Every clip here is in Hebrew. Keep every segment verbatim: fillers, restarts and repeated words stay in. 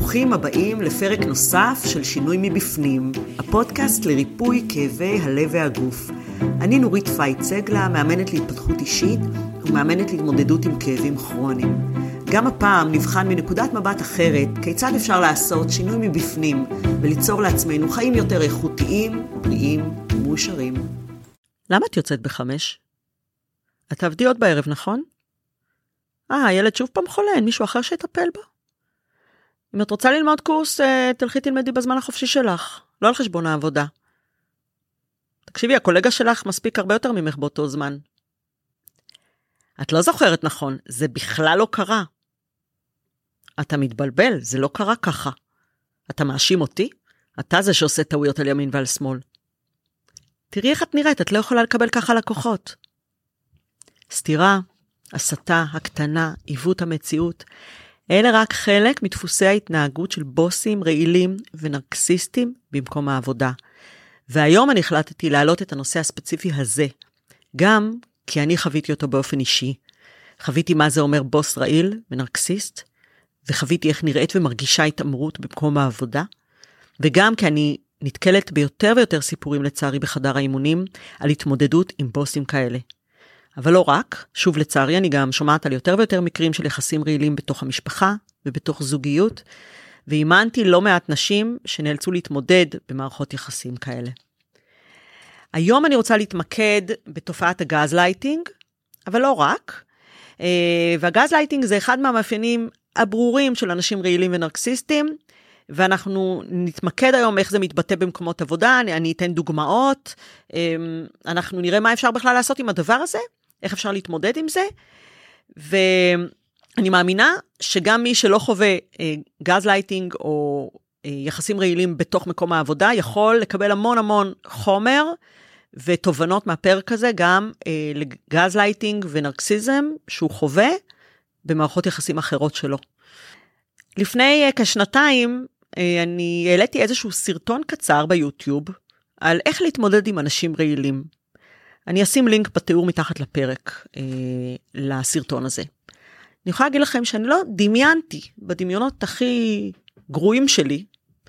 ברוכים הבאים לפרק נוסף של שינוי מבפנים, הפודקאסט לריפוי כאבי הלב והגוף. אני נורית פייט סגלה, מאמנת להתפתחות אישית ומאמנת להתמודדות עם כאבים כרוניים. גם הפעם נבחן מנקודת מבט אחרת כיצד אפשר לעשות שינוי מבפנים וליצור לעצמנו חיים יותר איכותיים, בריאים ומאושרים. למה את יוצאת בחמש? את תעבדי עוד בערב, נכון? אה, הילד שוב פעם חולה, אין מישהו אחר שיטפל בו. אם את רוצה ללמוד קורס, תלכי תלמדי בזמן החופשי שלך, לא על חשבון העבודה. תקשיבי, הקולגה שלך מספיק הרבה יותר ממך באותו זמן. את לא זוכרת נכון, זה בכלל לא קרה. אתה מתבלבל, זה לא קרה ככה. אתה מאשים אותי? אתה זה שעושה טעויות על ימין ועל שמאל. תראי איך את נראית, את לא יכולה לקבל ככה לקוחות. סתירה, הסתה, הקטנה, עיוות המציאות, אלה רק חלק מדפוסי ההתנהגות של בוסים, רעילים ונרקסיסטים במקום העבודה. והיום אני החלטתי להעלות את הנושא הספציפי הזה, גם כי אני חוויתי אותו באופן אישי. חוויתי מה זה אומר בוס רעיל ונרקסיסט, וחוויתי איך נראית ומרגישה התאמרות במקום העבודה, וגם כי אני נתקלת ביותר ויותר סיפורים לצערי בחדר האימונים, על התמודדות עם בוסים כאלה. אבל לא רק, שוב לצערי אני גם שומעת על יותר ויותר מקרים של יחסים רעילים בתוך המשפחה ובתוך זוגיות, ואימנתי לא מעט נשים שנאלצו להתמודד במערכות יחסים כאלה. היום אני רוצה להתמקד בתופעת הגזלייטינג, אבל לא רק, והגזלייטינג זה אחד מהמאפיינים הברורים של אנשים רעילים ונרקסיסטים, ואנחנו נתמקד היום איך זה מתבטא במקומות עבודה, אני, אני אתן דוגמאות, אנחנו נראה מה אפשר בכלל לעשות עם הדבר הזה, איך אפשר להתמודד עם זה, ואני מאמינה שגם מי שלא חווה גזלייטינג או יחסים רעילים בתוך מקום העבודה, יכול לקבל המון המון חומר ותובנות מהפרק הזה, גם לגזלייטינג ונרקסיזם שהוא חווה במערכות יחסים אחרות שלו. לפני כשנתיים אני העליתי איזשהו סרטון קצר ביוטיוב על איך להתמודד עם אנשים רעילים. אני אשים לינק בתיאור מתחת לפרק אה, לסרטון הזה. אני יכולה להגיד לכם שאני לא דמיינתי בדמיונות הכי גרועים שלי,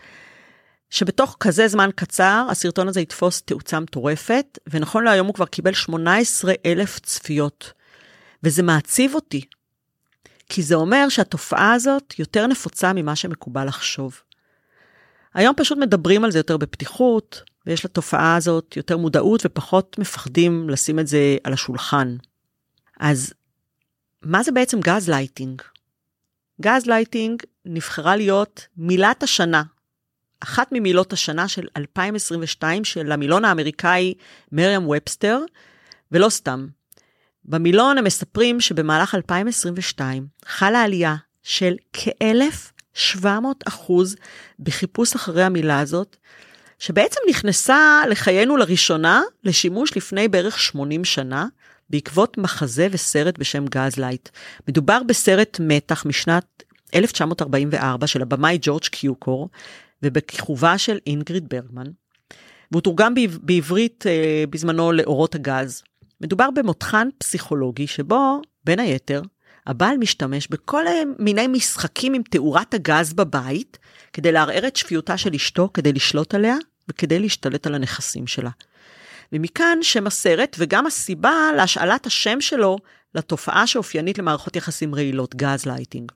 שבתוך כזה זמן קצר הסרטון הזה יתפוס תאוצה מטורפת, ונכון להיום הוא כבר קיבל שמונה עשרה אלף צפיות. וזה מעציב אותי, כי זה אומר שהתופעה הזאת יותר נפוצה ממה שמקובל לחשוב. היום פשוט מדברים על זה יותר בפתיחות, ויש לתופעה הזאת יותר מודעות ופחות מפחדים לשים את זה על השולחן. אז מה זה בעצם גזלייטינג? גזלייטינג נבחרה להיות מילת השנה, אחת ממילות השנה של אלפיים עשרים ושתיים של המילון האמריקאי מריאם ובסטר, ולא סתם. במילון הם מספרים שבמהלך אלפיים עשרים ושתיים חלה עלייה של כאלף שבע מאות אחוז בחיפוש אחרי המילה הזאת, שבעצם נכנסה לחיינו לראשונה לשימוש לפני בערך שמונים שנה, בעקבות מחזה וסרט בשם גזלייט. מדובר בסרט מתח משנת אלף תשע מאות ארבעים וארבע של הבמאי ג'ורג' קיוקור, ובכיכובה של אינגריד ברגמן, והוא תורגם בעברית אה, בזמנו לאורות הגז. מדובר במותחן פסיכולוגי שבו, בין היתר, הבעל משתמש בכל מיני משחקים עם תאורת הגז בבית, כדי לערער את שפיותה של אשתו, כדי לשלוט עליה, וכדי להשתלט על הנכסים שלה. ומכאן שם הסרט, וגם הסיבה להשאלת השם שלו, לתופעה שאופיינית למערכות יחסים רעילות, גזלייטינג.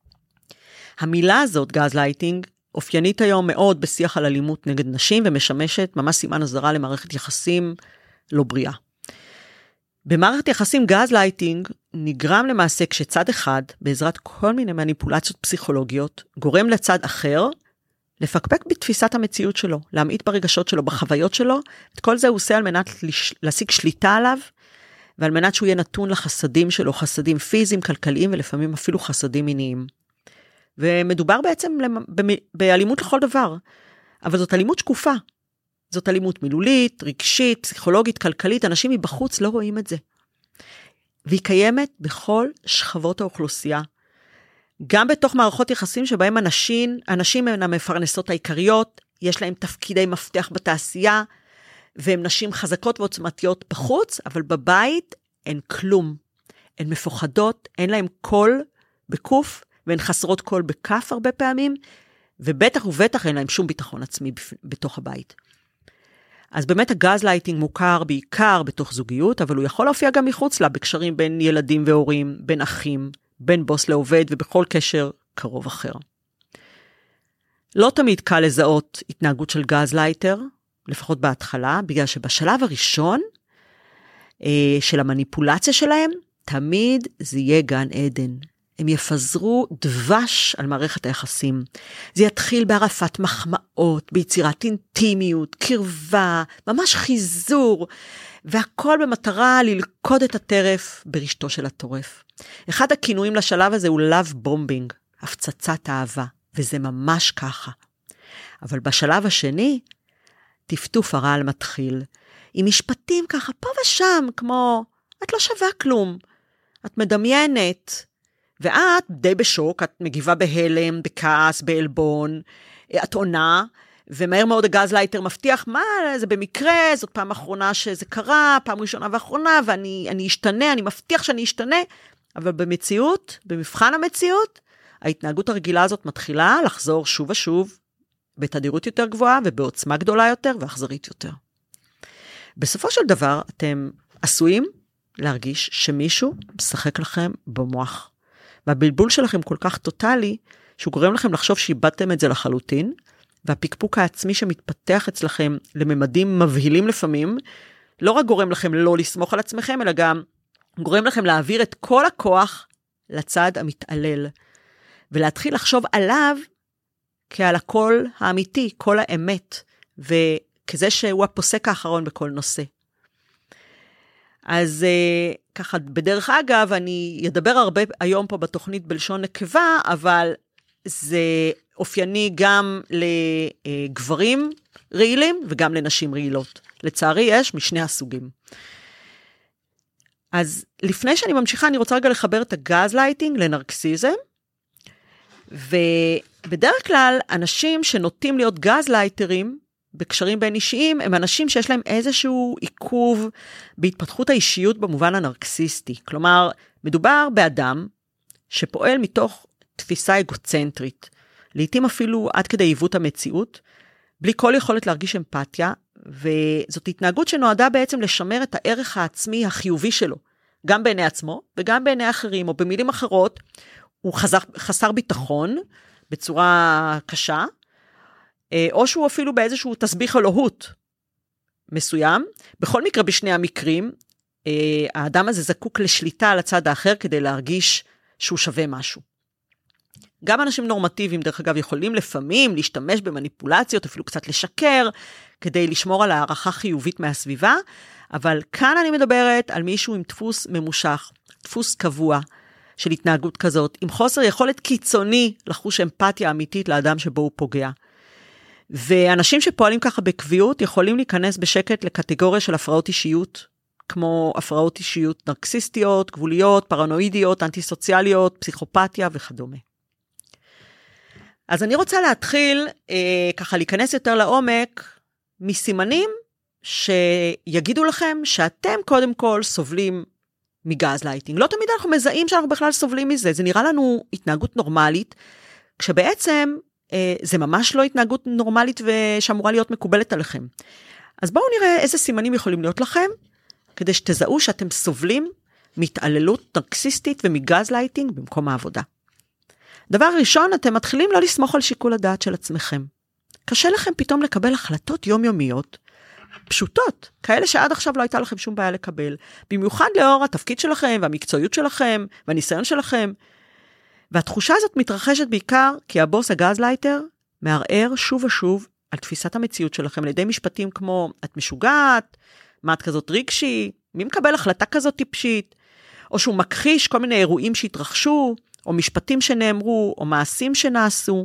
המילה הזאת, גזלייטינג, אופיינית היום מאוד בשיח על אלימות נגד נשים, ומשמשת ממש סימן אזהרה למערכת יחסים לא בריאה. במערכת יחסים גזלייטינג נגרם למעשה כשצד אחד, בעזרת כל מיני מניפולציות פסיכולוגיות, גורם לצד אחר, לפקפק בתפיסת המציאות שלו, להמעיט ברגשות שלו, בחוויות שלו, את כל זה הוא עושה על מנת לש... להשיג שליטה עליו, ועל מנת שהוא יהיה נתון לחסדים שלו, חסדים פיזיים, כלכליים, ולפעמים אפילו חסדים מיניים. ומדובר בעצם באלימות לכל דבר, אבל זאת אלימות שקופה. זאת אלימות מילולית, רגשית, פסיכולוגית, כלכלית, אנשים מבחוץ לא רואים את זה. והיא קיימת בכל שכבות האוכלוסייה. גם בתוך מערכות יחסים שבהם אנשים, אנשים הן המפרנסות העיקריות, יש להם תפקידי מפתח בתעשייה, והן נשים חזקות ועוצמתיות בחוץ, אבל בבית אין כלום. הן מפוחדות, אין להן קול בקוף, והן חסרות קול בכף הרבה פעמים, ובטח ובטח אין להם שום ביטחון עצמי בתוך הבית. אז באמת הגז לייטינג מוכר בעיקר בתוך זוגיות, אבל הוא יכול להופיע גם מחוץ לה, בקשרים בין ילדים והורים, בין אחים, בין בוס לעובד, ובכל קשר קרוב אחר. לא תמיד קל לזהות התנהגות של גז לייטר, לפחות בהתחלה, בגלל שבשלב הראשון אה, של המניפולציה שלהם, תמיד זה יהיה גן עדן. הם יפזרו דבש על מערכת היחסים. זה יתחיל בערפת מחמאות, ביצירת אינטימיות, קרבה, ממש חיזור, והכל במטרה ללכוד את הטרף ברשתו של הטורף. אחד הכינויים לשלב הזה הוא love bombing, הפצצת אהבה, וזה ממש ככה. אבל בשלב השני, טפטוף הרעל מתחיל, עם משפטים ככה פה ושם, כמו, את לא שווה כלום, את מדמיינת, ואת די בשוק, את מגיבה בהלם, בכעס, באלבון, את עונה, ומהר מאוד הגז לייטר מבטיח, מה, זה במקרה, זאת פעם אחרונה שזה קרה, פעם ראשונה ואחרונה, ואני אני אשתנה, אני מבטיח שאני אשתנה, אבל במציאות, במבחן המציאות, ההתנהגות הרגילה הזאת מתחילה לחזור שוב ושוב, בתדירות יותר גבוהה, ובעוצמה גדולה יותר, ואכזרית יותר. בסופו של דבר, אתם עשויים להרגיש שמישהו משחק לכם במוח. והבלבול שלכם כל כך טוטלי, שהוא גורם לכם לחשוב שאיבדתם את זה לחלוטין, והפקפוק העצמי שמתפתח אצלכם לממדים מבהילים לפעמים, לא רק גורם לכם לא לסמוך על עצמכם, אלא גם גורם לכם להעביר את כל הכוח לצד המתעלל, ולהתחיל לחשוב עליו כעל הקול האמיתי, קול האמת, וכזה שהוא הפוסק האחרון בכל נושא. אז ככה, בדרך אגב, אני אדבר הרבה היום פה בתוכנית בלשון נקבה, אבל זה אופייני גם לגברים רעילים וגם לנשים רעילות. לצערי יש משני הסוגים. אז לפני שאני ממשיכה, אני רוצה רגע לחבר את הגז לייטינג לנרקסיזם, ובדרך כלל אנשים שנוטים להיות גז לייטרים, בקשרים בין אישיים, הם אנשים שיש להם איזשהו עיכוב בהתפתחות האישיות במובן הנרקסיסטי. כלומר, מדובר באדם שפועל מתוך תפיסה אגוצנטרית, לעתים אפילו עד כדי עיוות המציאות, בלי כל יכולת להרגיש אמפתיה, וזאת התנהגות שנועדה בעצם לשמר את הערך העצמי החיובי שלו, גם בעיני עצמו וגם בעיני אחרים, או במילים אחרות, הוא חסר, חסר ביטחון בצורה קשה, או שהוא אפילו באיזשהו תסביך אלוהות מסוים. בכל מקרה, בשני המקרים, האדם הזה זקוק לשליטה על הצד האחר, כדי להרגיש שהוא שווה משהו. גם אנשים נורמטיביים, דרך אגב, יכולים לפעמים להשתמש במניפולציות, אפילו קצת לשקר, כדי לשמור על הערכה חיובית מהסביבה, אבל כאן אני מדברת על מישהו עם דפוס ממושך, דפוס קבוע של התנהגות כזאת, עם חוסר יכולת קיצוני לחוש אמפתיה אמיתית לאדם שבו הוא פוגע. ואנשים שפועלים ככה בקביעות יכולים להיכנס בשקט לקטגוריה של הפרעות אישיות, כמו הפרעות אישיות נרקסיסטיות, גבוליות, פרנואידיות, אנטי-סוציאליות, פסיכופתיה וכדומה. אז אני רוצה להתחיל אה, ככה להיכנס יותר לעומק מסימנים שיגידו לכם שאתם קודם כל סובלים מגז לייטינג. לא תמיד אנחנו מזהים שאנחנו בכלל סובלים מזה, זה נראה לנו התנהגות נורמלית, כשבעצם זה ממש לא התנהגות נורמלית ושאמורה להיות מקובלת עליכם. אז בואו נראה איזה סימנים יכולים להיות לכם, כדי שתזהו שאתם סובלים מהתעללות נרקסיסטית ומגז לייטינג במקום העבודה. דבר ראשון, אתם מתחילים לא לסמוך על שיקול הדעת של עצמכם. קשה לכם פתאום לקבל החלטות יומיומיות, פשוטות, כאלה שעד עכשיו לא הייתה לכם שום בעיה לקבל, במיוחד לאור התפקיד שלכם והמקצועיות שלכם והניסיון שלכם, והתחושה הזאת מתרחשת בעיקר כי הבוס הגז לייטר מערער שוב ושוב על תפיסת המציאות שלכם, על ידי משפטים כמו, את משוגעת, מה את כזאת רגשי, מי מקבל החלטה כזאת טיפשית, או שהוא מכחיש כל מיני אירועים שהתרחשו, או משפטים שנאמרו, או מעשים שנעשו.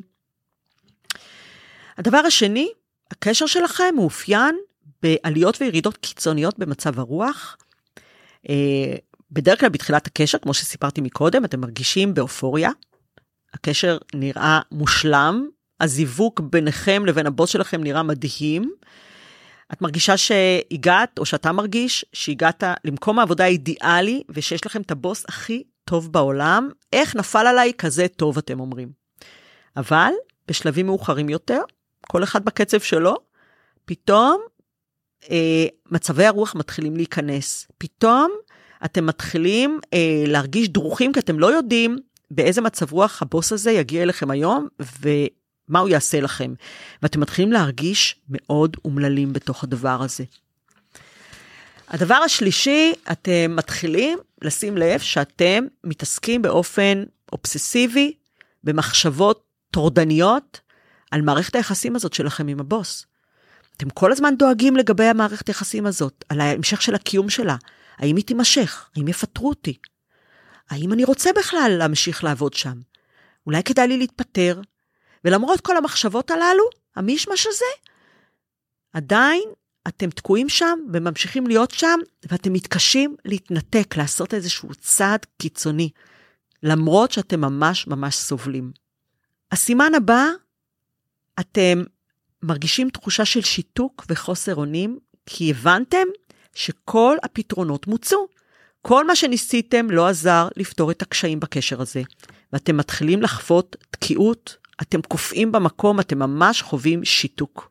הדבר השני, הקשר שלכם מאופיין בעליות וירידות קיצוניות במצב הרוח. בדרך כלל בתחילת הקשר, כמו שסיפרתי מקודם, אתם מרגישים באופוריה. הקשר נראה מושלם, הזיווג ביניכם לבין הבוס שלכם נראה מדהים. את מרגישה שהגעת, או שאתה מרגיש שהגעת למקום העבודה האידיאלי, ושיש לכם את הבוס הכי טוב בעולם. איך נפל עליי כזה טוב, אתם אומרים. אבל בשלבים מאוחרים יותר, כל אחד בקצב שלו, פתאום אה, מצבי הרוח מתחילים להיכנס. פתאום אתם מתחילים אה, להרגיש דרוכים, כי אתם לא יודעים באיזה מצב רוח הבוס הזה יגיע אליכם היום, ומה הוא יעשה לכם. ואתם מתחילים להרגיש מאוד אומללים בתוך הדבר הזה. הדבר השלישי, אתם מתחילים לשים לב שאתם מתעסקים באופן אובססיבי, במחשבות טורדניות, על מערכת היחסים הזאת שלכם עם הבוס. אתם כל הזמן דואגים לגבי המערכת היחסים הזאת, על ההמשך של הקיום שלה. האם היא תימשך? האם יפטרו אותי? האם אני רוצה בכלל להמשיך לעבוד שם? אולי כדאי לי להתפטר? ולמרות כל המחשבות הללו, המשמש הזה, עדיין אתם תקועים שם וממשיכים להיות שם, ואתם מתקשים להתנתק, לעשות איזשהו צעד קיצוני, למרות שאתם ממש ממש סובלים. הסימן הבא, אתם מרגישים תחושה של שיתוק וחוסר אונים, כי הבנתם שכל הפתרונות מוצאו. כל מה שניסיתם לא עזר לפתור את הקשיים בקשר הזה, ואתם מתחילים לחוות תקיעות, אתם קופאים במקום, אתם ממש חווים שיתוק.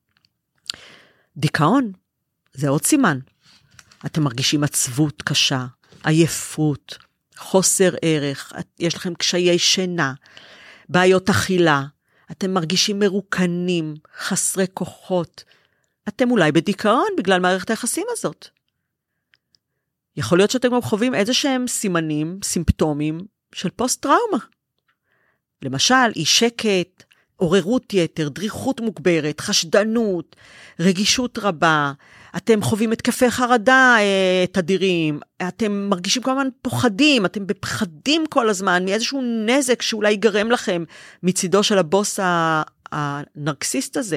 דיכאון, זה עוד סימן. אתם מרגישים עצבות קשה, עייפות, חוסר ערך, יש לכם קשיי שינה, בעיות אכילה, אתם מרגישים מרוקנים, חסרי כוחות. אתם אולי בדיכאון בגלל מערכת היחסים הזאת. יכול להיות שאתם גם חווים איזה שהם סימנים, סימפטומים של פוסט-טראומה. למשל, אי שקט, עוררות יתר, דריכות מוגברת, חשדנות, רגישות רבה, אתם חווים התקפי חרדה אה, תדירים, אתם מרגישים כל הזמן פוחדים, אתם בפחדים כל הזמן, מאיזשהו נזק שאולי ייגרם לכם מצידו של הבוס הנרקסיסט הזה.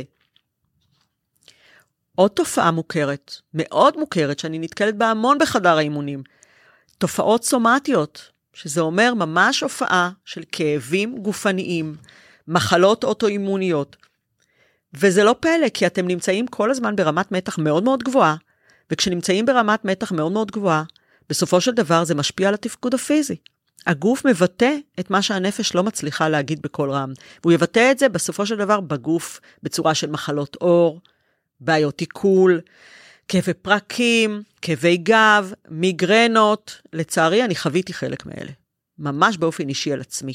עוד תופעה מוכרת, מאוד מוכרת, שאני נתקלת בה המון בחדר האימונים, תופעות סומטיות, שזה אומר ממש הופעה של כאבים גופניים, מחלות אוטואימוניות, וזה לא פלא, כי אתם נמצאים כל הזמן ברמת מתח מאוד מאוד גבוהה, וכשנמצאים ברמת מתח מאוד מאוד גבוהה, בסופו של דבר זה משפיע על התפקוד הפיזי. הגוף מבטא את מה שהנפש לא מצליחה להגיד בכל רם, והוא יבטא את זה בסופו של דבר בגוף, בצורה של מחלות עור, בעיות עיכול, כאבי פרקים, כאבי גב, מיגרנות. לצערי אני חוויתי חלק מאלה, ממש באופן אישי על עצמי.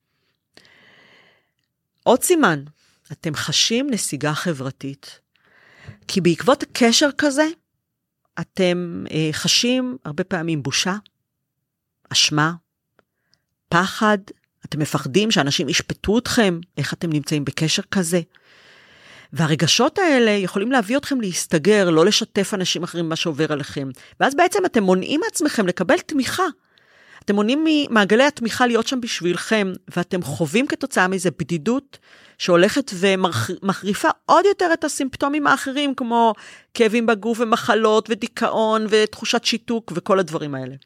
עוד סימן, אתם חשים נסיגה חברתית, כי בעקבות הקשר כזה, אתם אה, חשים הרבה פעמים בושה, אשמה, פחד, אתם מפחדים שאנשים ישפטו אתכם, איך אתם נמצאים בקשר כזה, והרגשות האלה יכולים להביא אתכם להסתגר, לא לשתף אנשים אחרים מה שעובר עליכם, ואז בעצם אתם מונעים מעצמכם לקבל תמיכה, אתם מונעים ממעגלי התמיכה להיות שם בשבילכם, ואתם חווים כתוצאה מזה בדידות, שהולכת ומחריפה עוד יותר את הסימפטומים האחרים, כמו כאבים בגוף ומחלות ודיכאון ותחושת שיתוק וכל הדברים האלה.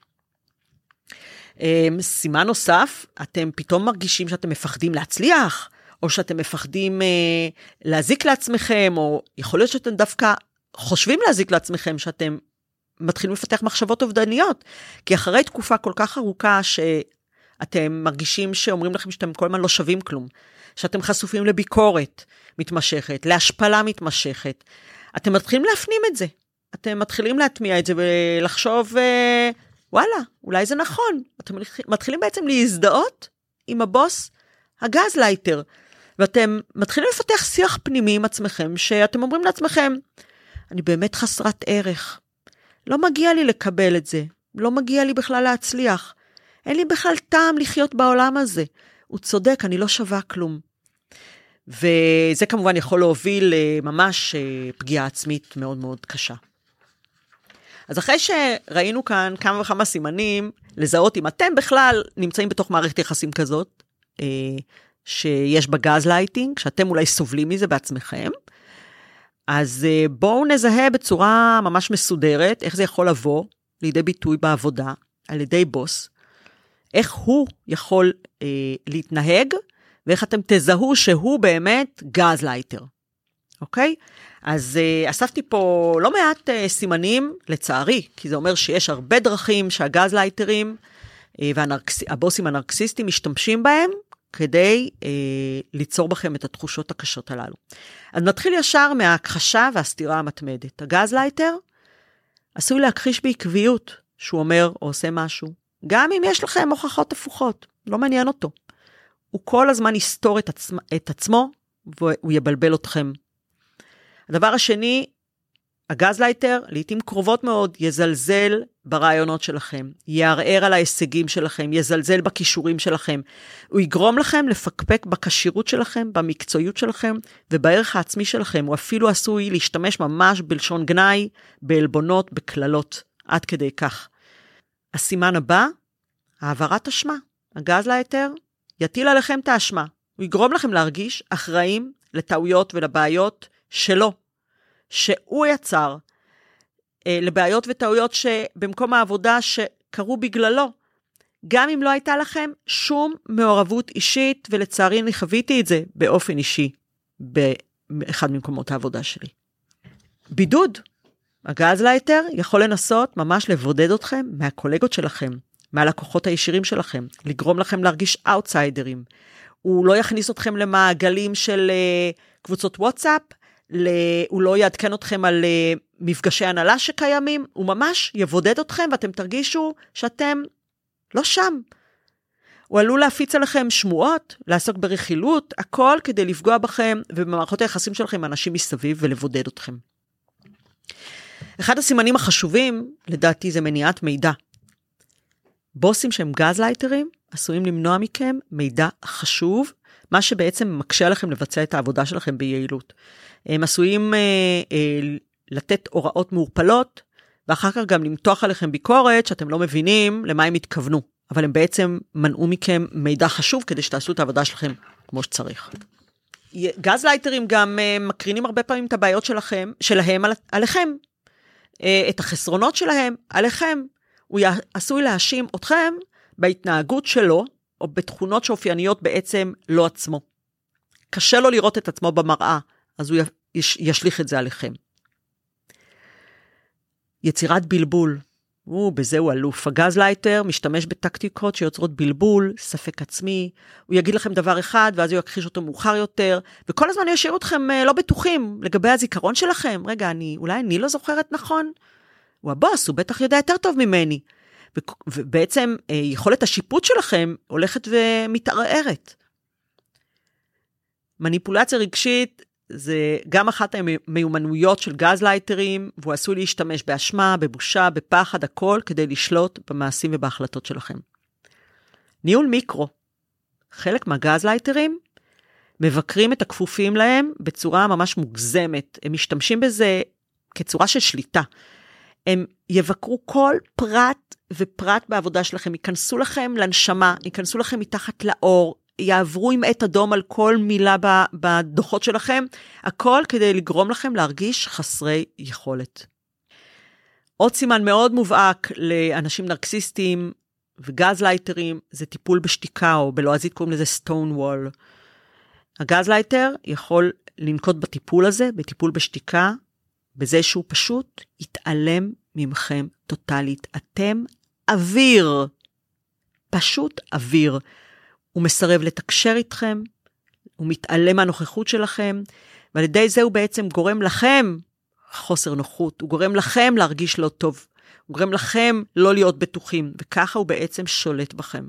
סימן נוסף, אתם פתאום מרגישים שאתם מפחדים להצליח, או שאתם מפחדים להזיק לעצמכם, או יכול להיות שאתם דווקא חושבים להזיק לעצמכם, שאתם מתחילים לפתח מחשבות אובדניות, כי אחרי תקופה כל כך ארוכה שאתם מרגישים שאומרים לכם שאתם כל הזמן לא שווים כלום, שאתם חשופים לביקורת מתמשכת, להשפלה מתמשכת, אתם מתחילים להפנים את זה, אתם מתחילים להטמיע את זה ולחשוב, וואלה, אולי זה נכון, אתם מתחילים בעצם להזדהות עם הבוס הגזלייטר, ואתם מתחילים לפתח שיח פנימי עם עצמכם, שאתם אומרים לעצמכם, אני באמת חסרת ערך, לא מגיע לי לקבל את זה, לא מגיע לי בכלל להצליח, אין לי בכלל טעם לחיות בעולם הזה, הוא צודק, אני לא שווה כלום. וזה כמובן יכול להוביל ממש פגיעה עצמית מאוד מאוד קשה. אז אחרי שראינו כאן כמה וכמה סימנים, לזהות אם אתם בכלל נמצאים בתוך מערכת יחסים כזאת, שיש בה גזלייטינג, שאתם אולי סובלים מזה בעצמכם, אז בואו נזהה בצורה ממש מסודרת, איך זה יכול לבוא לידי ביטוי בעבודה, על ידי בוס, איך הוא יכול אה, להתנהג, ואיך אתם תזהו שהוא באמת גזלייטר. אוקיי? אז אה, אספתי פה לא מעט אה, סימנים, לצערי, כי זה אומר שיש הרבה דרכים שהגזלייטרים, אה, והבוסים הנרקסיסטים משתמשים בהם, כדי אה, ליצור בכם את התחושות הקשות הללו. אז נתחיל ישר מההכחשה והסתירה המתמדת. הגזלייטר עשוי להכחיש בעקביות שהוא אומר או עושה משהו, גם אם יש לכם הוכחות הפוכות, לא מעניין אותו. הוא כל הזמן יסתור את, עצמ, את עצמו, והוא יבלבל אתכם. הדבר השני, הגזלייטר, לעתים קרובות מאוד, יזלזל ברעיונות שלכם, יערער על ההישגים שלכם, יזלזל בכישורים שלכם. הוא יגרום לכם לפקפק בקשירות שלכם, במקצועיות שלכם, ובערך העצמי שלכם. הוא אפילו עשוי להשתמש ממש בלשון גנאי, בעלבונות, בכללות, עד כדי כך. הסימן הבא, העברת אשמה. הגזלייטר יטיל עליכם את האשמה. הוא יגרום לכם להרגיש אחראים לטעויות ולבעיות שלו, שהוא יצר, לבעיות וטעויות שבמקום העבודה שקרו בגללו, גם אם לא הייתה לכם שום מעורבות אישית, ולצערי אני חוויתי את זה באופן אישי, באחד ממקומות העבודה שלי. בידוד. הגזלייטר יכול לנסות ממש לבודד אתכם מהקולגות שלכם, מהלקוחות הישירים שלכם, לגרום לכם להרגיש אאוטסיידרים. הוא לא יכניס אתכם למעגלים של קבוצות וואטסאפ, הוא לא יעדכן אתכם על מפגשי הנהלה שקיימים, הוא ממש יבודד אתכם ואתם תרגישו שאתם לא שם. הוא עלול להפיץ עליכם שמועות, לעסוק ברכילות, הכל כדי לפגוע בכם ובמערכות היחסים שלכם אנשים מסביב ולבודד אתכם. אחד הסימנים החשובים, לדעתי, זה מניעת מידע. בוסים שהם גזלייטרים עשויים למנוע מכם מידע חשוב, מה שבעצם מקשה עליכם לבצע את העבודה שלכם ביעילות. הם עשויים אה, אה, לתת הוראות מעורפלות, ואחר כך גם למתוח עליכם ביקורת שאתם לא מבינים למה הם התכוונו, אבל הם בעצם מנעו מכם מידע חשוב כדי שתעשו את העבודה שלכם כמו שצריך. גזלייטרים גם אה, מקרינים הרבה פעמים את הבעיות שלכם, שלהם על, עליכם, אה, את החסרונות שלהם עליכם. הוא עשוי להאשים אתכם בהתנהגות שלו, או בתכונות שאופייניות בעצם לא עצמו. קשה לו לראות את עצמו במראה, אז הוא ישליך את זה עליכם. יצירת בלבול. הוא, בזה הוא אלוף. הגזלייטר משתמש בטקטיקות שיוצרות בלבול, ספק עצמי. הוא יגיד לכם דבר אחד, ואז הוא יכחיש אותו מאוחר יותר, וכל הזמן ישאיר אתכם לא בטוחים לגבי הזיכרון שלכם. רגע, אני, אולי אני לא זוכרת נכון? הוא הבוס, הוא בטח יודע יותר טוב ממני. ובעצם יכולת השיפוט שלכם הולכת ומתערערת. מניפולציה רגשית זה גם אחת המיומנויות של גזלייטרים, והוא עשוי להשתמש באשמה, בבושה, בפחד, הכל, כדי לשלוט במעשים ובהחלטות שלכם. ניהול מיקרו. חלק מהגזלייטרים מבקרים את הכפופים להם בצורה ממש מוגזמת. הם משתמשים בזה כצורה של שליטה. הם יבקרו כל פרט ופרט בעבודה שלכם, ייכנסו לכם לנשמה, ייכנסו לכם מתחת לאור, יעברו עם עת אדום על כל מילה בדוחות שלכם, הכל כדי לגרום לכם להרגיש חסרי יכולת. עוד סימן מאוד מובהק לאנשים נרקסיסטים וגזלייטרים, זה טיפול בשתיקה, או בלועזית קוראים לזה סטון וול. הגזלייטר יכול לנקוט בטיפול הזה, בטיפול בשתיקה, בזה שהוא פשוט יתעלם ממכם טוטלית. אתם אוויר, פשוט אוויר. הוא מסרב לתקשר איתכם, הוא מתעלם מהנוכחות שלכם, ועל ידי זה הוא בעצם גורם לכם חוסר נוחות, הוא גורם לכם להרגיש לא טוב, הוא גורם לכם לא להיות בטוחים, וככה הוא בעצם שולט בכם.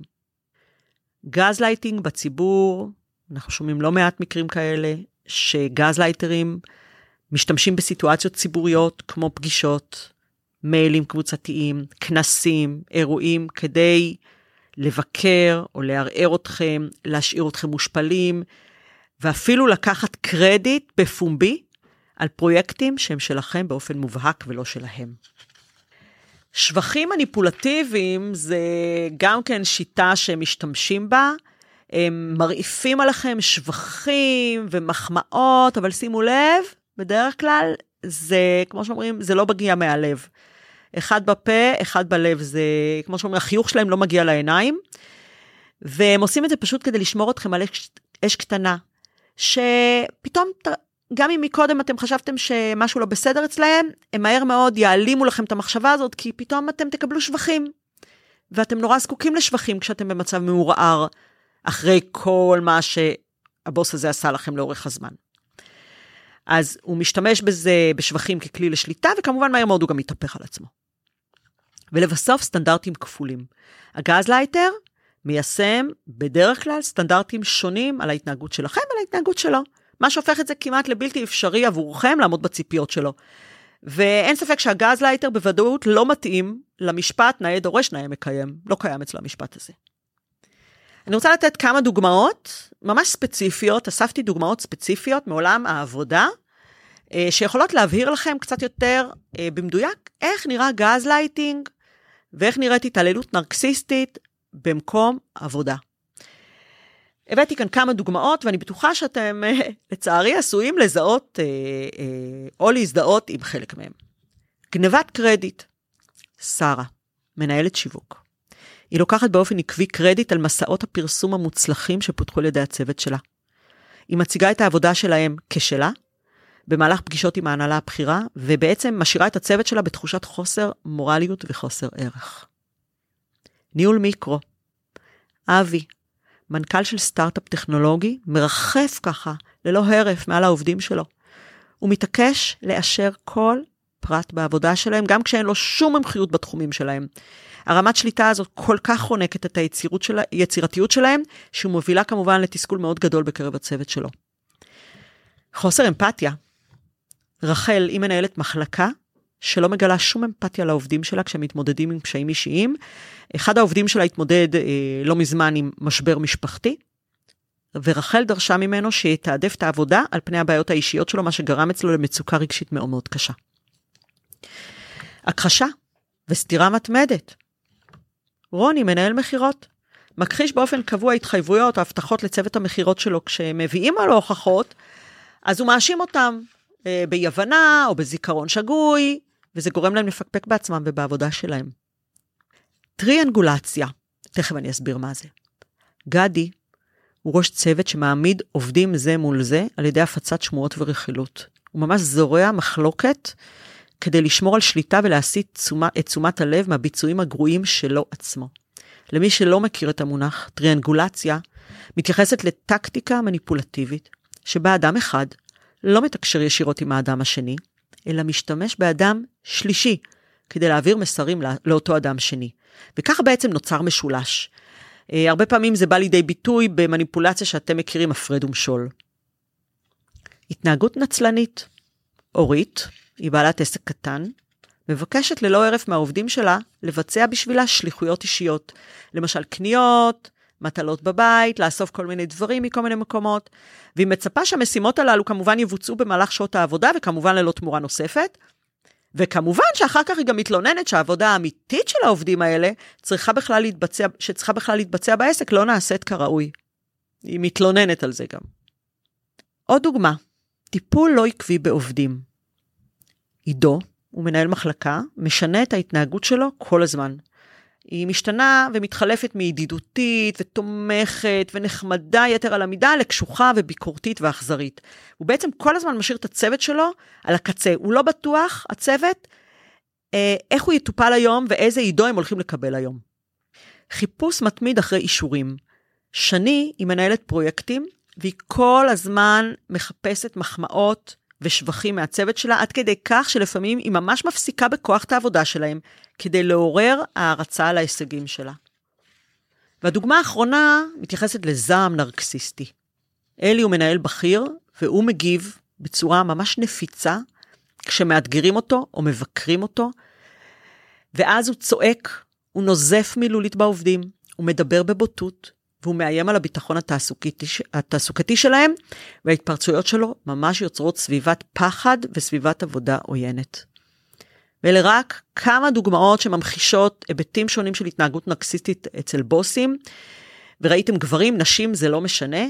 גזלייטינג בציבור, אנחנו שומעים לא מעט מקרים כאלה, שגזלייטרים משתמשים בסיטואציות ציבוריות, כמו פגישות, מיילים קבוצתיים, כנסים, אירועים, כדי לבקר או לערער אתכם, להשאיר אתכם מושפלים, ואפילו לקחת קרדיט בפומבי על פרויקטים שהם שלכם באופן מובהק ולא שלהם. שבחים מניפולטיביים זה גם כן שיטה שהם משתמשים בה, הם מרעיפים עליכם שבחים ומחמאות, אבל שימו לב, בדרך כלל זה, כמו שאומרים, זה לא מגיע מהלב. אחד בפה, אחד בלב, זה, כמו שאומרים, החיוך שלהם לא מגיע לעיניים, והם עושים את זה פשוט כדי לשמור אתכם על אש, אש קטנה, שפתאום, גם אם מקודם אתם חשבתם שמשהו לא בסדר אצלהם, הם מהר מאוד יעלימו לכם את המחשבה הזאת, כי פתאום אתם תקבלו שבחים, ואתם נורא זקוקים לשבחים כשאתם במצב מעורער, אחרי כל מה שהבוס הזה עשה לכם לאורך הזמן. אז הוא משתמש בזה בשבחים ככלי לשליטה, וכמובן מהר מאוד הוא גם מתהפך על עצמו. ולבסוף סטנדרטים כפולים. הגזלייטר מיישם בדרך כלל סטנדרטים שונים על ההתנהגות שלכם ועל ההתנהגות שלו. מה שהופך את זה כמעט לבלתי אפשרי עבורכם לעמוד בציפיות שלו. ואין ספק שהגזלייטר בוודאות לא מתאים למשפט נאה דורש נאה מקיים. לא קיים אצלו המשפט הזה. אני רוצה לתת כמה דוגמאות, ממש ספציפיות, אספתי דוגמאות ספציפיות מעולם העבודה, שיכולות להבהיר לכם קצת יותר במדויק איך נראה גזלייטינג, ואיך נראית התעללות נרקסיסטית במקום עבודה. הבאתי כאן כמה דוגמאות, ואני בטוחה שאתם לצערי עשויים לזהות או להזדהות עם חלק מהם. גנבת קרדיט. שרה, מנהלת שיווק. היא לוקחת באופן עקבי קרדיט על מסעות הפרסום המוצלחים שפותחו לידי הצוות שלה. היא מציגה את העבודה שלהם כשלה, במהלך פגישות עם ההנהלה הבכירה, ובעצם משאירה את הצוות שלה בתחושת חוסר מורליות וחוסר ערך. ניהול מיקרו. אבי, מנכ"ל של סטארט-אפ טכנולוגי, מרחף ככה, ללא הרף מעל העובדים שלו. הוא מתעקש לאשר כל פרט בעבודה שלהם, גם כשאין לו שום מומחיות בתחומים שלהם. הרמת שליטה הזאת כל כך חונקת את היצירתיות שלהם, שהוא מובילה כמובן לתסכול מאוד גדול בקרב הצוות שלו. חוסר אמפתיה. רחל היא מנהלת מחלקה, שלא מגלה שום אמפתיה לעובדים שלה, כשהם מתמודדים עם קשיים אישיים. אחד העובדים שלה התמודד אה, לא מזמן עם משבר משפחתי, ורחל דרשה ממנו שיתעדף את העבודה על פני הבעיות האישיות שלו, מה שגרם אצלו למצוקה רגשית מאוד מאוד קשה. הכחשה וסתירה מתמדת. רוני, מנהל מחירות, מכחיש באופן קבוע התחייבויות או הבטחות לצוות המחירות שלו, כשהם מביאים על ההוכחות, אז הוא מאשים אותם אה, ביוונה או בזיכרון שגוי, וזה גורם להם לפקפק בעצמם ובעבודה שלהם. טריאנגולציה, תכף אני אסביר מה זה. גדי הוא ראש צוות שמעמיד עובדים זה מול זה, על ידי הפצת שמועות ורכילות. הוא ממש זורע מחלוקת, כדי לשמור על שליטה ולהסיט תשומה, את תשומת הלב מהביצועים הגרועים שלו עצמו. למי שלא מכיר את המונח, טריאנגולציה מתייחסת לטקטיקה מניפולטיבית, שבה אדם אחד לא מתקשר ישירות עם האדם השני, אלא משתמש באדם שלישי, כדי להעביר מסרים לאותו אדם שני. וכך בעצם נוצר משולש. הרבה פעמים זה בא לידי ביטוי במניפולציה שאתם מכירים הפרד ומשול. התנהגות נצלנית. אורית, היא בעלת עסק קטן, מבקשת ללא הרף מהעובדים שלה לבצע בשבילה שליחויות אישיות. למשל קניות, מטלות בבית, לאסוף כל מיני דברים מכל מיני מקומות, והיא מצפה שהמשימות הללו כמובן יבוצעו במהלך שעות העבודה, וכמובן ללא תמורה נוספת, וכמובן שאחר כך היא גם מתלוננת שהעבודה האמיתית של העובדים האלה, צריכה בכלל להתבצע, שצריכה בכלל להתבצע בעסק, לא נעשית כראוי. היא מתלוננת על זה גם. עוד דוגמה, טיפול לא עקבי בעובדים. עידו, הוא מנהל מחלקה, משנה את ההתנהגות שלו כל הזמן. היא משתנה ומתחלפת מידידותית ותומכת ונחמדה יתר על המידה לקשוחה וביקורתית ואכזרית. הוא בעצם כל הזמן משאיר את הצוות שלו על הקצה. הוא לא בטוח, הצוות, אה, איך הוא יטופל היום ואיזה עידו הם הולכים לקבל היום. חיפוש מתמיד אחרי אישורים. שני היא מנהלת פרויקטים, והיא כל הזמן מחפשת מחמאות ושבחים מהצוות שלה, עד כדי כך שלפעמים היא ממש מפסיקה בכוח את העבודה שלהם, כדי לעורר הערצה על ההישגים שלה. והדוגמה האחרונה מתייחסת לזעם נרקסיסטי. אלי הוא מנהל בכיר, והוא מגיב בצורה ממש נפיצה, כשמאתגרים אותו או מבקרים אותו, ואז הוא צועק, הוא נוזף מילולית בעובדים, הוא מדבר בבוטות, והוא מאיים על הביטחון התעסוקתי, התעסוקתי שלהם, וההתפרצויות שלו ממש יוצרות סביבת פחד וסביבת עבודה עוינת. ואלה רק כמה דוגמאות שממחישות היבטים שונים של התנהגות נרקסיסטית אצל בוסים, וראיתם גברים, נשים, זה לא משנה,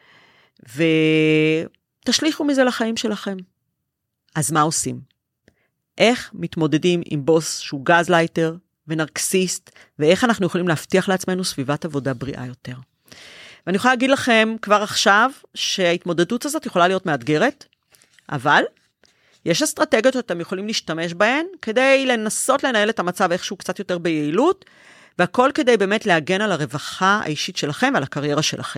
ותשליכו מזה לחיים שלכם. אז מה עושים? איך מתמודדים עם בוס שהוא גזלייטר ונרקסיסט, ואיך אנחנו יכולים להבטיח לעצמנו סביבת עבודה בריאה יותר. ואני יכולה להגיד לכם כבר עכשיו, שההתמודדות הזאת יכולה להיות מאתגרת, אבל יש אסטרטגיות שאתם יכולים להשתמש בהן, כדי לנסות לנהל את המצב איכשהו קצת יותר ביעילות, והכל כדי באמת להגן על הרווחה האישית שלכם ועל הקריירה שלכם.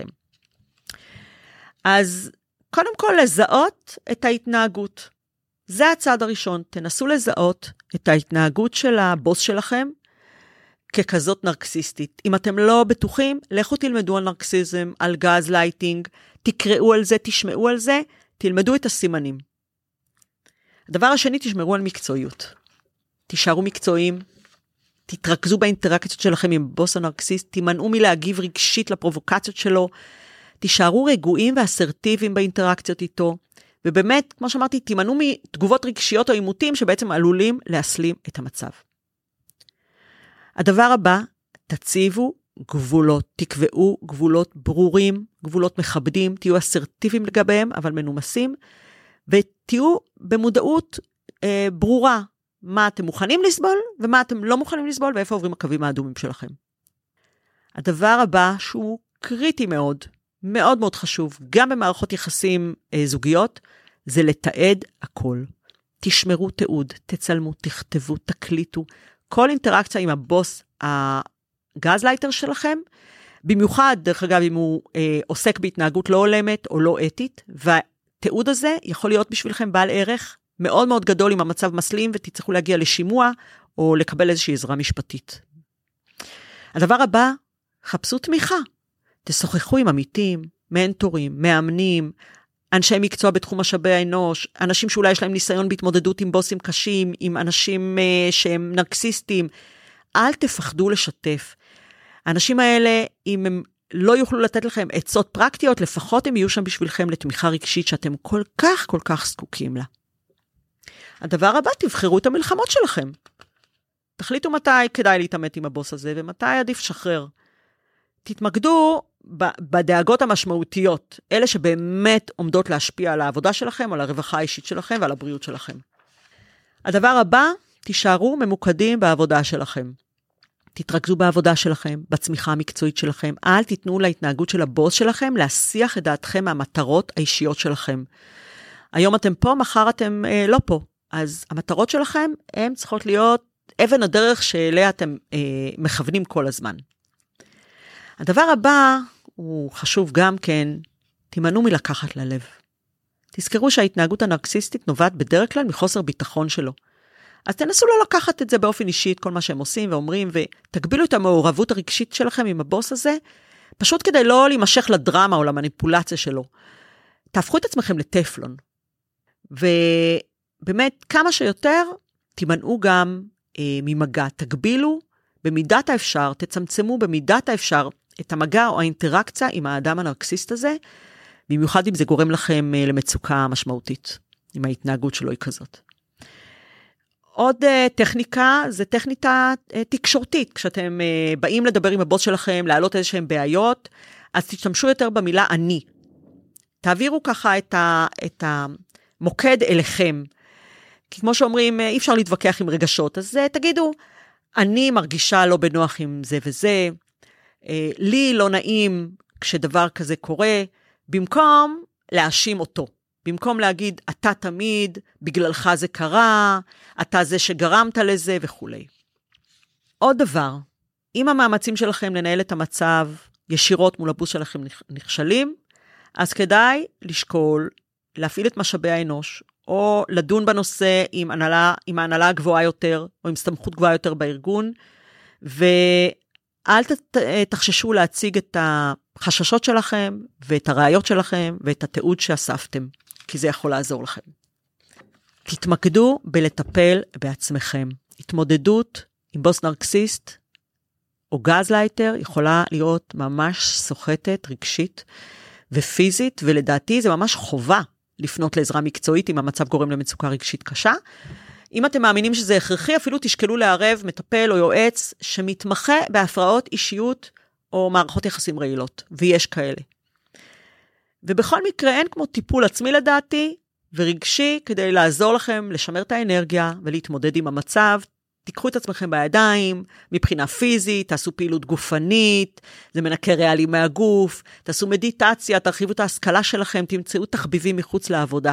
אז קודם כל לזהות את ההתנהגות. זה הצעד הראשון. תנסו לזהות את ההתנהגות של הבוס שלכם ככזאת נרקסיסטית. אם אתם לא בטוחים, לכו תלמדו על נרקסיזם, על גז לייטינג, תקראו על זה, תשמעו על זה, תלמדו את הסימנים. הדבר השני, תשמרו על מקצועיות. תישארו מקצועיים, תתרכזו באינטראקציות שלכם עם בוס הנרקסיסט, תימנעו מלהגיב רגשית לפרובוקציות שלו, תישארו רגועים ואסרטיביים באינטראקציות איתו, ובאמת, כמו שאמרתי, תימנעו מתגובות רגשיות או עימותים שבעצם עלולים להסלים את המצב. הדבר הבא, תציבו גבולות, תקבעו גבולות ברורים, גבולות מכבדים, תהיו אסרטיביים לגביהם, אבל מנומסים, ותהיו במודעות אה, ברורה, מה אתם מוכנים לסבול, ומה אתם לא מוכנים לסבול, ואיפה עוברים הקווים האדומים שלכם. הדבר הבא, שהוא קריטי מאוד, מאוד מאוד חשוב, גם במערכות יחסים אה, זוגיות, זה לתעד הכל. תשמרו תיעוד, תצלמו, תכתבו, תקליטו, כל אינטראקציה עם הבוס הגזלייטר שלכם, במיוחד, דרך אגב, אם הוא אה, עוסק בהתנהגות לא הולמת או לא אתית, והתיעוד הזה יכול להיות בשבילכם בעל ערך מאוד מאוד גדול אם המצב מסלים, ותצטרכו להגיע לשימוע או לקבל איזושהי עזרה משפטית. הדבר הבא, חפשו תמיכה. תשוחחו עם עמיתים, מנטורים, מאמנים, אנשי מקצוע בתחום משאבי האנוש, אנשים שאולי יש להם ניסיון בהתמודדות עם בוסים קשים, עם אנשים uh, שהם נרקסיסטים. אל תפחדו לשתף. האנשים האלה, אם הם לא יוכלו לתת לכם עצות פרקטיות, לפחות הם יהיו שם בשבילכם לתמיכה רגשית שאתם כל כך כל כך זקוקים לה. הדבר הבא, תבחרו את המלחמות שלכם. תחליטו מתי כדאי להתעמת עם הבוס הזה, ומתי עדיף שחרר. תתמקדו בדאגות המשמעותיות, אלה שבאמת עומדות להשפיע על העבודה שלכם, על הרווחה האישית שלכם ועל הבריאות שלכם. הדבר הבא, תישארו ממוקדים בעבודה שלכם. תתרכזו בעבודה שלכם, בצמיחה המקצועית שלכם. אל תיתנו להתנהגות של הבוס שלכם להסיח את דעתכם מהמטרות האישיות שלכם. היום אתם פה, מחר אתם אה, לא פה. אז המטרות שלכם, הן צריכות להיות אבן הדרך שאליה אתם אה, מכוונים כל הזמן. הדבר הבא, הוא חשוב גם כן, תימנעו מלקחת ללב. תזכרו שההתנהגות הנרקסיסטית נובעת בדרך כלל מחוסר ביטחון שלו. אז תנסו לא לקחת את זה באופן אישי, את כל מה שהם עושים ואומרים, ותגבילו את המעורבות הרגשית שלכם עם הבוס הזה, פשוט כדי לא להימשך לדרמה או למניפולציה שלו. תהפכו את עצמכם לטפלון. ובאמת, כמה שיותר, תימנעו גם אה, ממגע. תגבילו במידת האפשר, תצמצמו במידת האפשר, את המגע או האינטראקציה עם האדם הנרקסיסט הזה, במיוחד אם זה גורם לכם למצוקה משמעותית, עם ההתנהגות שלו היא כזאת. עוד uh, טכניקה, זה טכניקה uh, תקשורתית, כשאתם uh, באים לדבר עם הבוס שלכם, להעלות איזשהם בעיות, אז תשתמשו יותר במילה אני. תעבירו ככה את, ה, את המוקד אליכם, כי כמו שאומרים, אי אפשר להתווכח עם רגשות, אז uh, תגידו, אני מרגישה לא בנוח עם זה וזה, לי לא נעים כשדבר כזה קורה, במקום להאשים אותו, במקום להגיד, אתה תמיד, בגללך זה קרה, אתה זה שגרמת לזה וכו'. עוד דבר, אם המאמצים שלכם לנהל את המצב ישירות מול הבוס שלכם נכשלים, אז כדאי לשקול, להפעיל את משאבי האנוש, או לדון בנושא עם הנהלה, עם ההנהלה הגבוהה יותר, או עם סמכות גבוהה יותר בארגון, ו... אל תחששו להציג את החששות שלכם, ואת הראיות שלכם, ואת התיעוד שאספתם, כי זה יכול לעזור לכם. תתמקדו בלטפל בעצמכם. התמודדות עם בוס נרקסיסט, או גזלייטר, יכולה להיות ממש סוחטת, רגשית ופיזית, ולדעתי זה ממש חובה לפנות לעזרה מקצועית, אם המצב גורם למצוקה רגשית קשה. אם אתם מאמינים שזה הכרחי, אפילו תשקלו לערב מטפל או יועץ שמתמחה בהפרעות אישיות או מערכות יחסים רעילות, ויש כאלה. ובכל מקרה אין כמו טיפול עצמי לדעתי ורגשי כדי לעזור לכם לשמר את האנרגיה ולהתמודד עם המצב. תיקחו את עצמכם בידיים, מבחינה פיזית, תעשו פעילות גופנית, זה מנקה ריאלי מהגוף, תעשו מדיטציה, תרחיבו את ההשכלה שלכם, תמצאו תחביבים מחוץ לעבודה.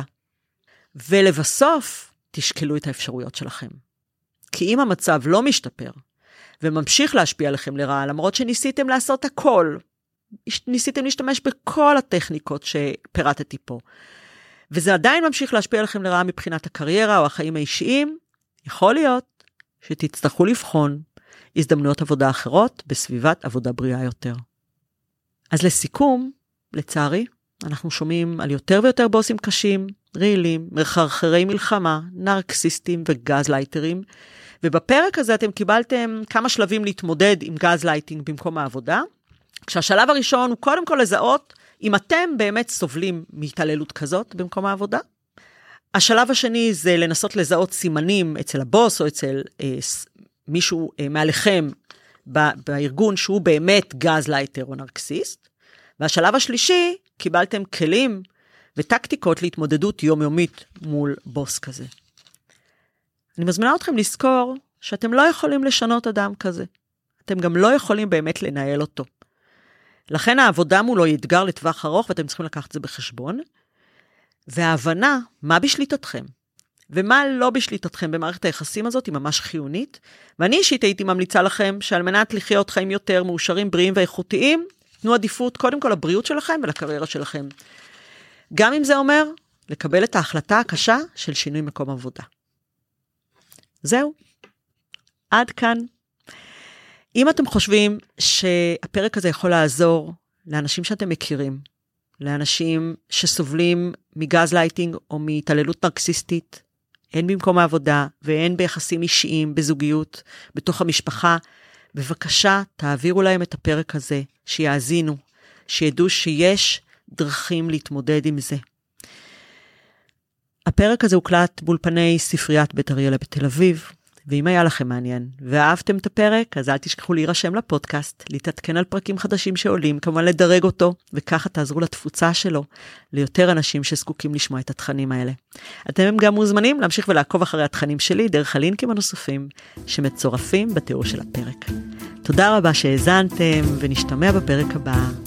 ולבסוף, תשקלו את האפשרויות שלכם. כי אם המצב לא משתפר, וממשיך להשפיע עליכם לרעה, למרות שניסיתם לעשות הכל, ניסיתם להשתמש בכל הטכניקות שפירטתי פה, וזה עדיין ממשיך להשפיע עליכם לרעה מבחינת הקריירה או החיים האישיים, יכול להיות שתצטרכו לבחון הזדמנויות עבודה אחרות בסביבת עבודה בריאה יותר. אז לסיכום, לצערי, אנחנו שומעים על יותר ויותר בוסים קשים, רעילים, מחרחרי מלחמה, נרקסיסטים וגזלייטרים, ובפרק הזה אתם קיבלתם כמה שלבים להתמודד עם גזלייטינג במקום העבודה, כשהשלב הראשון הוא קודם כל לזהות אם אתם באמת סובלים מהתעללות כזאת במקום העבודה. השלב השני זה לנסות לזהות סימנים אצל הבוס או אצל אה, מישהו אה, מעליכם בארגון שהוא באמת גזלייטר או נרקסיסט. והשלב השלישי, קיבלתם כלים וטקטיקות להתמודדות יומיומית מול בוס כזה. אני מזמינה אתכם לזכור שאתם לא יכולים לשנות אדם כזה. אתם גם לא יכולים באמת לנהל אותו. לכן העבודה מולו היא אתגר לטווח ארוך, ואתם צריכים לקחת את זה בחשבון. וההבנה מה בשליטתכם, ומה לא בשליטתכם במערכת היחסים הזאת היא ממש חיונית. ואני אישית הייתי ממליצה לכם שעל מנת לחיות חיים יותר מאושרים, בריאים ואיכותיים, תנו עדיפות קודם כל לבריאות שלכם ולקריירה שלכם. גם אם זה אומר לקבל את ההחלטה הקשה של שינוי מקום עבודה. זהו. עד כאן. אם אתם חושבים שהפרק הזה יכול לעזור לאנשים שאתם מכירים, לאנשים שסובלים מגזלייטינג או מהתעללות נרקסיסטית, הן במקום העבודה והן ביחסים אישיים, בזוגיות, בתוך המשפחה, בבקשה תעבירו להם את הפרק הזה, שיאזינו, שידעו שיש דרכים להתמודד עם זה. הפרק הזה הוקלט באולפני ספריית בית אריאלה בתל אביב, ואם היה לכם מעניין ואהבתם את הפרק, אז אל תשכחו להירשם לפודקאסט, להתעדכן על פרקים חדשים שעולים, כמובן לדרג אותו, וככה תעזרו לתפוצה שלו, ליותר אנשים שזקוקים לשמוע את התכנים האלה. אתם גם מוזמנים להמשיך ולעקוב אחרי התכנים שלי, דרך הלינקים הנוספים שמצורפים בתיאור של הפרק. תודה רבה שהאזנתם, ונשתמע בפרק הבא.